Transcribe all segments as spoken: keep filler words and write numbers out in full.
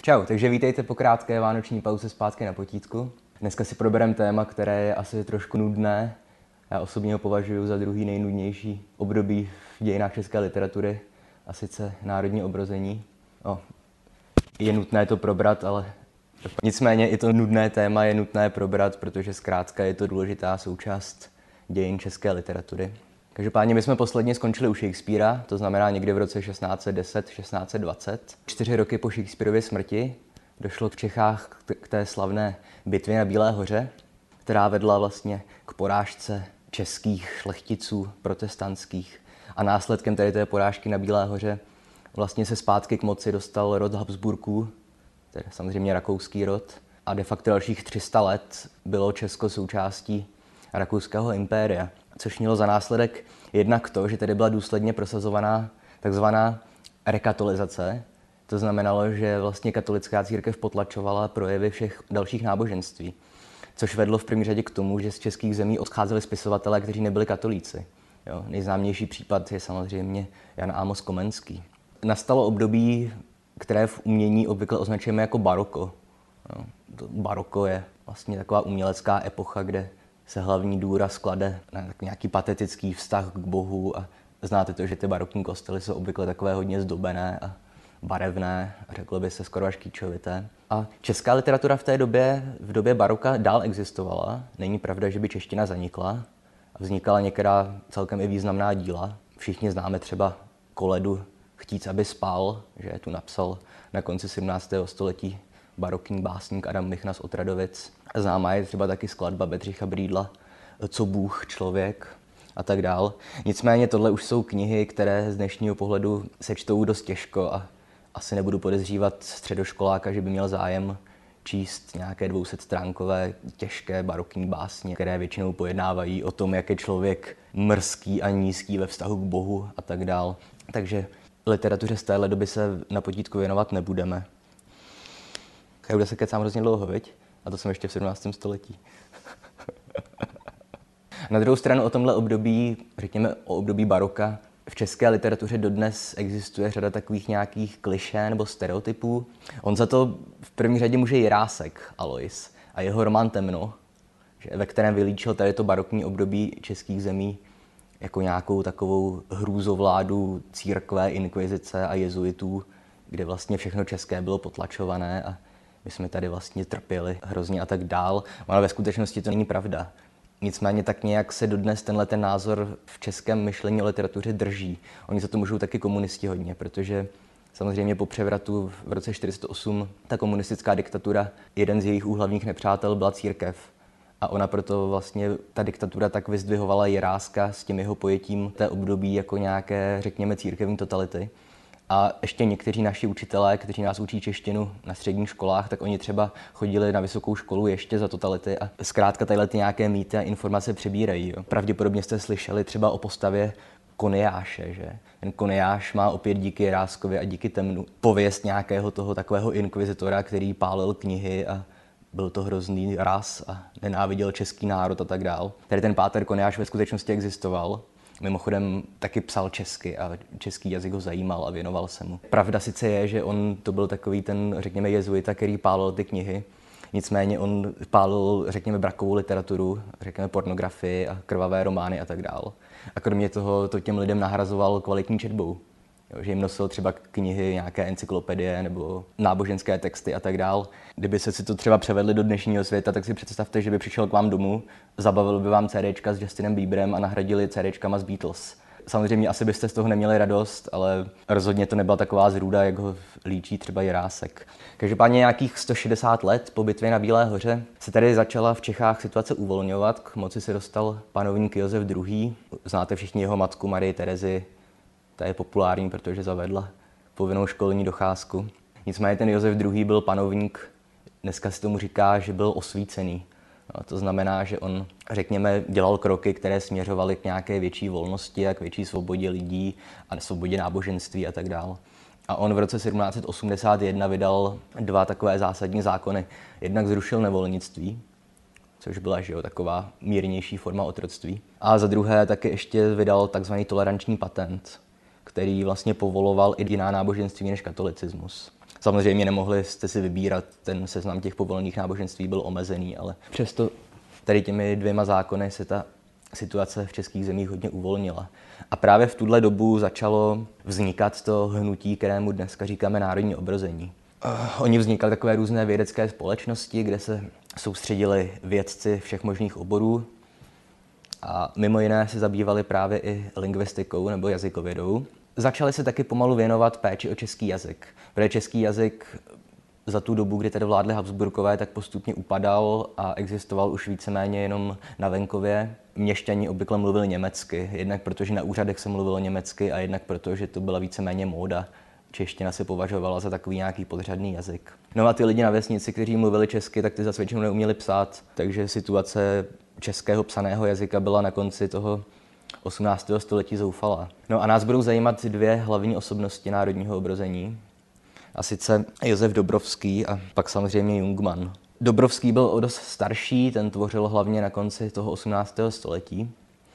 Čau, takže vítejte po krátké vánoční pauze zpátky na potítku. Dneska si probereme téma, které je asi trošku nudné. Já osobně ho považuji za druhý nejnudnější období v dějinách české literatury, a sice národní obrození. No, je nutné to probrat, ale nicméně i to nudné téma je nutné probrat, protože zkrátka je to důležitá součást dějin české literatury. Každopádně my jsme posledně skončili u Shakespearea, to znamená někdy v roce šestnáct set deset šestnáct set dvacet. Čtyři roky po Shakespearově smrti došlo v Čechách k té slavné bitvě na Bílé hoře, která vedla vlastně k porážce českých šlechticů protestantských. A následkem tady té porážky na Bílé hoře vlastně se zpátky k moci dostal rod Habsburků, tedy samozřejmě rakouský rod. A de facto dalších tři sta let bylo Česko součástí rakouského impéria, což mělo za následek jednak to, že tady byla důsledně prosazovaná takzvaná rekatolizace. To znamenalo, že vlastně katolická církev potlačovala projevy všech dalších náboženství, což vedlo v první řadě k tomu, že z českých zemí odcházeli spisovatelé, kteří nebyli katolíci. Jo, nejznámější případ je samozřejmě Jan Amos Komenský. Nastalo období, které v umění obvykle označujeme jako baroko. Jo, to baroko je vlastně taková umělecká epocha, kde se hlavní důraz klade na nějaký patetický vztah k Bohu a znáte to, že ty barokní kostely jsou obvykle takové hodně zdobené a barevné, řeklo by se skoro až kýčovité. A česká literatura v té době, v době baroka dál existovala. Není pravda, že by čeština zanikla. A vznikala některá celkem i významná díla. Všichni známe třeba koledu Chtít, aby spal, že tu napsal na konci sedmnáctého století barokní básník Adam Michna z Otradovic. Známá je třeba taky skladba Bedřicha Brýdla Co Bůh, člověk a tak dál. Nicméně tohle už jsou knihy, které z dnešního pohledu se čtou dost těžko a asi nebudu podezřívat středoškoláka, že by měl zájem číst nějaké dvousetstránkové těžké barokní básně, které většinou pojednávají o tom, jak je člověk mrzký a nízký ve vztahu k Bohu a tak dál. Takže literatuře z téhle doby se na potítku věnovat nebudeme. Já se kecám hrozně dlouho, viď? A to jsem ještě v sedmnáctém století. Na druhou stranu o tomhle období, řekněme o období baroka, v české literatuře dodnes existuje řada takových nějakých klišé nebo stereotypů. On za to v první řadě může Jirásek Alois a jeho román Temno, že, ve kterém vylíčil tady to barokní období českých zemí jako nějakou takovou hrůzovládu církve, inkvizice a jezuitů, kde vlastně všechno české bylo potlačované a my jsme tady vlastně trpěli hrozně a tak dál. Ale ve skutečnosti to není pravda. Nicméně tak nějak se dodnes tenhle ten názor v českém myšlení o literatuře drží. Oni za to můžou taky komunisti hodně, protože samozřejmě po převratu v roce čtyřicet osm ta komunistická diktatura, jeden z jejich úhlavních nepřátel byla církev. A ona proto vlastně, ta diktatura tak vyzdvihovala Jiráska s tím jeho pojetím té období jako nějaké, řekněme, církevní totality. A ještě někteří naši učitelé, kteří nás učí češtinu na středních školách, tak oni třeba chodili na vysokou školu ještě za totality a zkrátka tadyhle ty nějaké mýty a informace přebírají. Jo. Pravděpodobně jste slyšeli třeba o postavě Koniáše, že? Ten Koniáš má opět díky Jiráskovi a díky Temnu pověst nějakého toho takového inkvizitora, který pálil knihy a byl to hrozný ras a nenáviděl český národ a tak dál. Tady ten páter Koniáš ve skutečnosti existoval. Mimochodem taky psal česky a český jazyk ho zajímal a věnoval se mu. Pravda sice je, že on to byl takový ten, řekněme, jezuita, který pálil ty knihy. Nicméně on pálil, řekněme, brakovou literaturu, řekněme, pornografii a krvavé romány a tak dál. A kromě toho to těm lidem nahrazoval kvalitní četbou. Jo, že jim nosil třeba knihy, nějaké encyklopedie nebo náboženské texty a tak dál. Kdyby se si to třeba převedli do dnešního světa, tak si představte, že by přišel k vám domů, zabavil by vám CDčka s Justinem Bieberem a nahradili CDčkama z Beatles. Samozřejmě asi byste z toho neměli radost, ale rozhodně to nebyla taková zrůda, jak ho líčí třeba Jirásek. Každopádně nějakých sto šedesát let po bitvě na Bílé hoře se tady začala v Čechách situace uvolňovat. K moci se dostal panovník Josef druhý. Znáte všichni jeho matku Marii Terezi. Ta je populární, protože zavedla povinnou školní docházku. Nicméně ten Josef druhý byl panovník, dneska se tomu říká, že byl osvícený. No, to znamená, že on, řekněme, dělal kroky, které směřovaly k nějaké větší volnosti a k větší svobodě lidí a svobodě náboženství a tak dále. A on v roce sedmnáct set osmdesát jedna vydal dva takové zásadní zákony. Jednak zrušil nevolnictví, což byla, že jo, taková mírnější forma otroctví. A za druhé taky ještě vydal takzvaný toleranční patent, který vlastně povoloval i jiná náboženství než katolicismus. Samozřejmě nemohli jste si vybírat, ten seznam těch povolených náboženství byl omezený, ale přesto tady těmi dvěma zákony se ta situace v českých zemích hodně uvolnila. A právě v tuhle dobu začalo vznikat to hnutí, kterému dneska říkáme národní obrození. Uh, oni vznikaly takové různé vědecké společnosti, kde se soustředili vědci všech možných oborů a mimo jiné se zabývali právě i lingvistikou nebo jazykovědou. Začali se taky pomalu věnovat péči o český jazyk, protože český jazyk za tu dobu, kdy tady vládli Habsburkové, tak postupně upadal a existoval už víceméně jenom na venkově. Měšťani obvykle mluvili německy, jednak protože na úřadech se mluvilo německy a jednak protože to byla víceméně móda. Čeština se považovala za takový nějaký podřadný jazyk. No a ty lidi na vesnici, kteří mluvili česky, tak ty zase většinou neuměli psát, takže situace českého psaného jazyka byla na konci toho osmnáctého století zoufalá. No a nás budou zajímat dvě hlavní osobnosti národního obrození, a sice Josef Dobrovský a pak samozřejmě Jungmann. Dobrovský byl o dost starší, ten tvořil hlavně na konci toho osmnáctého století.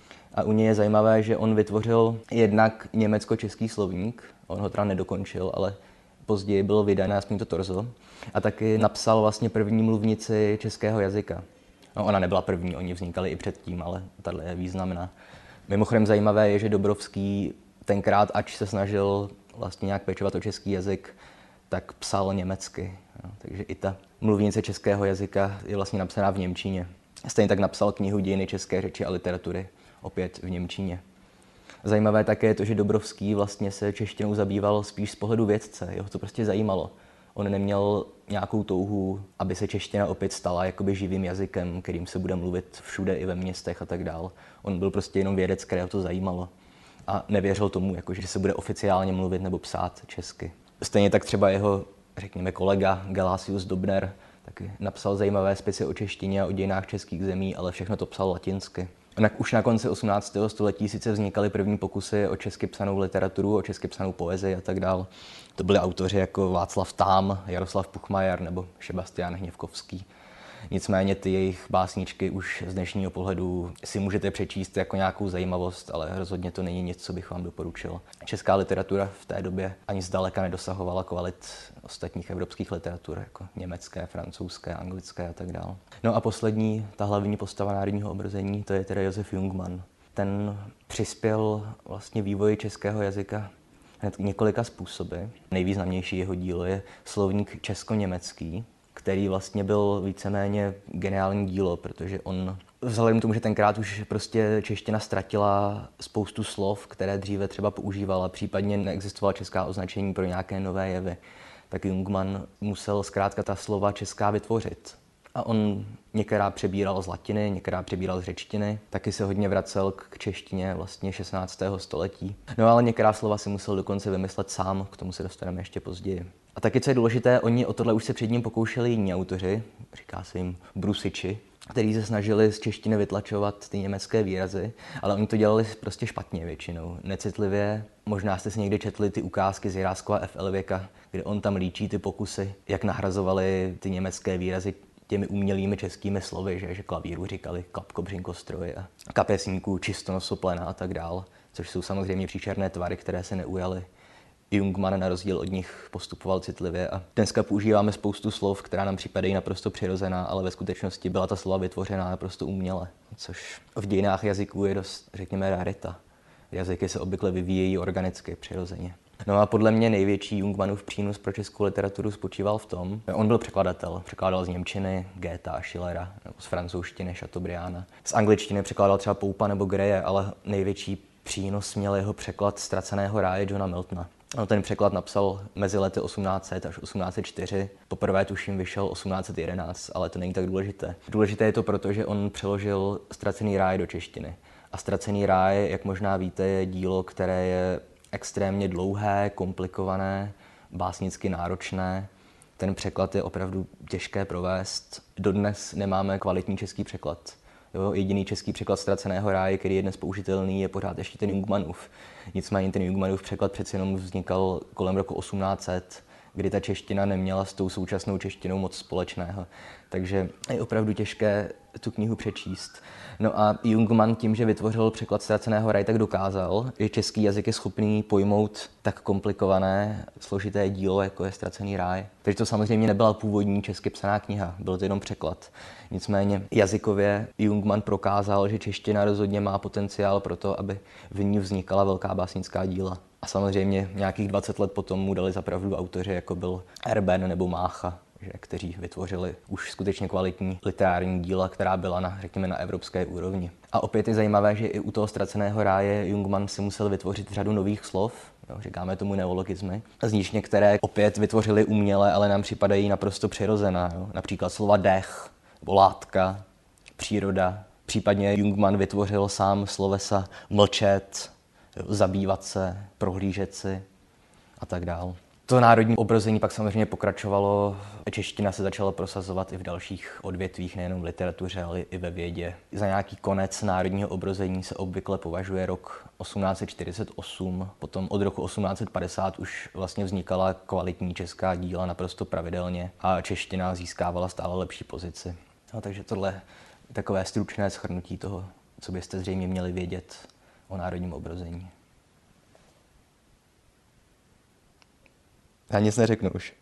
A u něj je zajímavé, že on vytvořil jednak německo-český slovník, on ho teda nedokončil, ale později byl vydaný, aspoň to torzo, a taky napsal vlastně první mluvnici českého jazyka. No, ona nebyla první, oni vznikali i předtím, ale tahle je významná. Mimochodem zajímavé je, že Dobrovský tenkrát, ač se snažil vlastně nějak pečovat o český jazyk, tak psal německy. No, takže i ta mluvnice českého jazyka je vlastně napsaná v němčině. Stejně tak napsal knihu Dějiny české řeči a literatury, opět v němčině. Zajímavé také je to, že Dobrovský vlastně se češtinou zabýval spíš z pohledu vědce, jeho to prostě zajímalo. On neměl nějakou touhu, aby se čeština opět stala jakoby živým jazykem, kterým se bude mluvit všude i ve městech a tak dál. On byl prostě jenom vědec, kterého to zajímalo. A nevěřil tomu, jako, že se bude oficiálně mluvit nebo psát česky. Stejně tak třeba jeho, řekněme, kolega Gelasius Dobner taky napsal zajímavé spisy o češtině a o dějinách českých zemí, ale všechno to psal latinsky. Už na konci osmnáctého století sice vznikaly první pokusy o česky psanou literaturu, o česky psanou poezii a tak dál. To byli autoři jako Václav Tám, Jaroslav Puchmajer nebo Sebastian Hněvkovský. Nicméně ty jejich básničky už z dnešního pohledu si můžete přečíst jako nějakou zajímavost, ale rozhodně to není nic, co bych vám doporučil. Česká literatura v té době ani zdaleka nedosahovala kvalit ostatních evropských literatur, jako německé, francouzské, anglické a tak dále. No a poslední, ta hlavní postava národního obrození, to je tedy Josef Jungmann. Ten přispěl vlastně vývoji českého jazyka hned několika způsoby. Nejvýznamnější jeho dílo je slovník česko-německý, který vlastně byl víceméně geniální dílo, protože on, vzhledem k tomu, že tenkrát už prostě čeština ztratila spoustu slov, které dříve třeba používala, případně neexistovala česká označení pro nějaké nové jevy, tak Jungmann musel zkrátka ta slova česká vytvořit. A on některá přebíral z latiny, některá přebíral z řečtiny, taky se hodně vracel k češtině vlastně šestnáctého století. No ale některá slova si musel dokonce vymyslet sám, k tomu se dostaneme ještě později. A taky, co je důležité, oni o tohle už se před ním pokoušeli jiní autoři, říká se jim brusiči, kteří se snažili z češtiny vytlačovat ty německé výrazy, ale oni to dělali prostě špatně většinou, necitlivě. Možná jste si někdy četli ty ukázky z Jiráskova F. Elvěka, kde on tam líčí ty pokusy, jak nahrazovali ty německé výrazy těmi umělými českými slovy, že, že klavíru říkali klapko, břinko, stroj a kapesníků čistonosoplena a tak dál, což jsou samozřejmě příšerné tvary, které se neujaly. Jungmann na rozdíl od nich postupoval citlivě a dneska používáme spoustu slov, která nám připadají naprosto přirozená, ale ve skutečnosti byla ta slova vytvořená naprosto uměle, což v dějinách jazyků je dost, řekněme, rarita. Jazyky se obvykle vyvíjejí organicky, přirozeně. No a podle mě největší Jungmannův přínos pro českou literaturu spočíval v tom, že on byl překladatel. Překládal z němčiny Goethe a Schillera, nebo z francouzštiny Chateaubrianda. Z angličtiny překládal třeba Poupa nebo Greje, ale největší přínos měl jeho překlad Ztraceného ráje Johna Miltona. No, ten překlad napsal mezi lety osmnáct set až osmnáct set čtyři. Poprvé tuším vyšel osmnáct set jedenáct, ale to není tak důležité. Důležité je to proto, že on přeložil Ztracený ráj do češtiny. A Ztracený ráj, jak možná víte, je dílo, které je extrémně dlouhé, komplikované, básnicky náročné. Ten překlad je opravdu těžké provést. Dodnes nemáme kvalitní český překlad. Jo, jediný český překlad Ztraceného ráje, který je dnes použitelný, je pořád ještě ten Jungmannův. Nicméně ten Jungmannův překlad přeci jenom vznikal kolem roku osmnáct set, kdy ta čeština neměla s tou současnou češtinou moc společného. Takže je opravdu těžké tu knihu přečíst. No a Jungmann tím, že vytvořil překlad Ztraceného ráje, tak dokázal, že český jazyk je schopný pojmout tak komplikované, složité dílo, jako je Ztracený ráj. Takže to samozřejmě nebyla původní česky psaná kniha, byl to jenom překlad. Nicméně jazykově Jungmann prokázal, že čeština rozhodně má potenciál pro to, aby v ní vznikala velká básnická díla. A samozřejmě nějakých dvacet let potom mu dali za pravdu autoři, jako byl Erben nebo Mácha, že, kteří vytvořili už skutečně kvalitní literární díla, která byla na, řekněme, na evropské úrovni. A opět je zajímavé, že i u toho Ztraceného ráje Jungmann si musel vytvořit řadu nových slov, jo, říkáme tomu neologismy, z níž některé opět vytvořili uměle, ale nám připadají naprosto přirozená. Jo. Například slova dech, nebo látka, příroda. Případně Jungmann vytvořil sám slovesa mlčet, zabývat se, prohlížet si a tak dál. To národní obrození pak samozřejmě pokračovalo. Čeština se začala prosazovat i v dalších odvětvích, nejenom v literatuře, ale i ve vědě. Za nějaký konec národního obrození se obvykle považuje rok osmnáct set čtyřicet osm. Potom od roku osmnáct set padesát už vlastně vznikala kvalitní česká díla naprosto pravidelně a čeština získávala stále lepší pozici. No, takže tohle je takové stručné shrnutí toho, co byste zřejmě měli vědět o národním obrození. Já nic neřeknu už.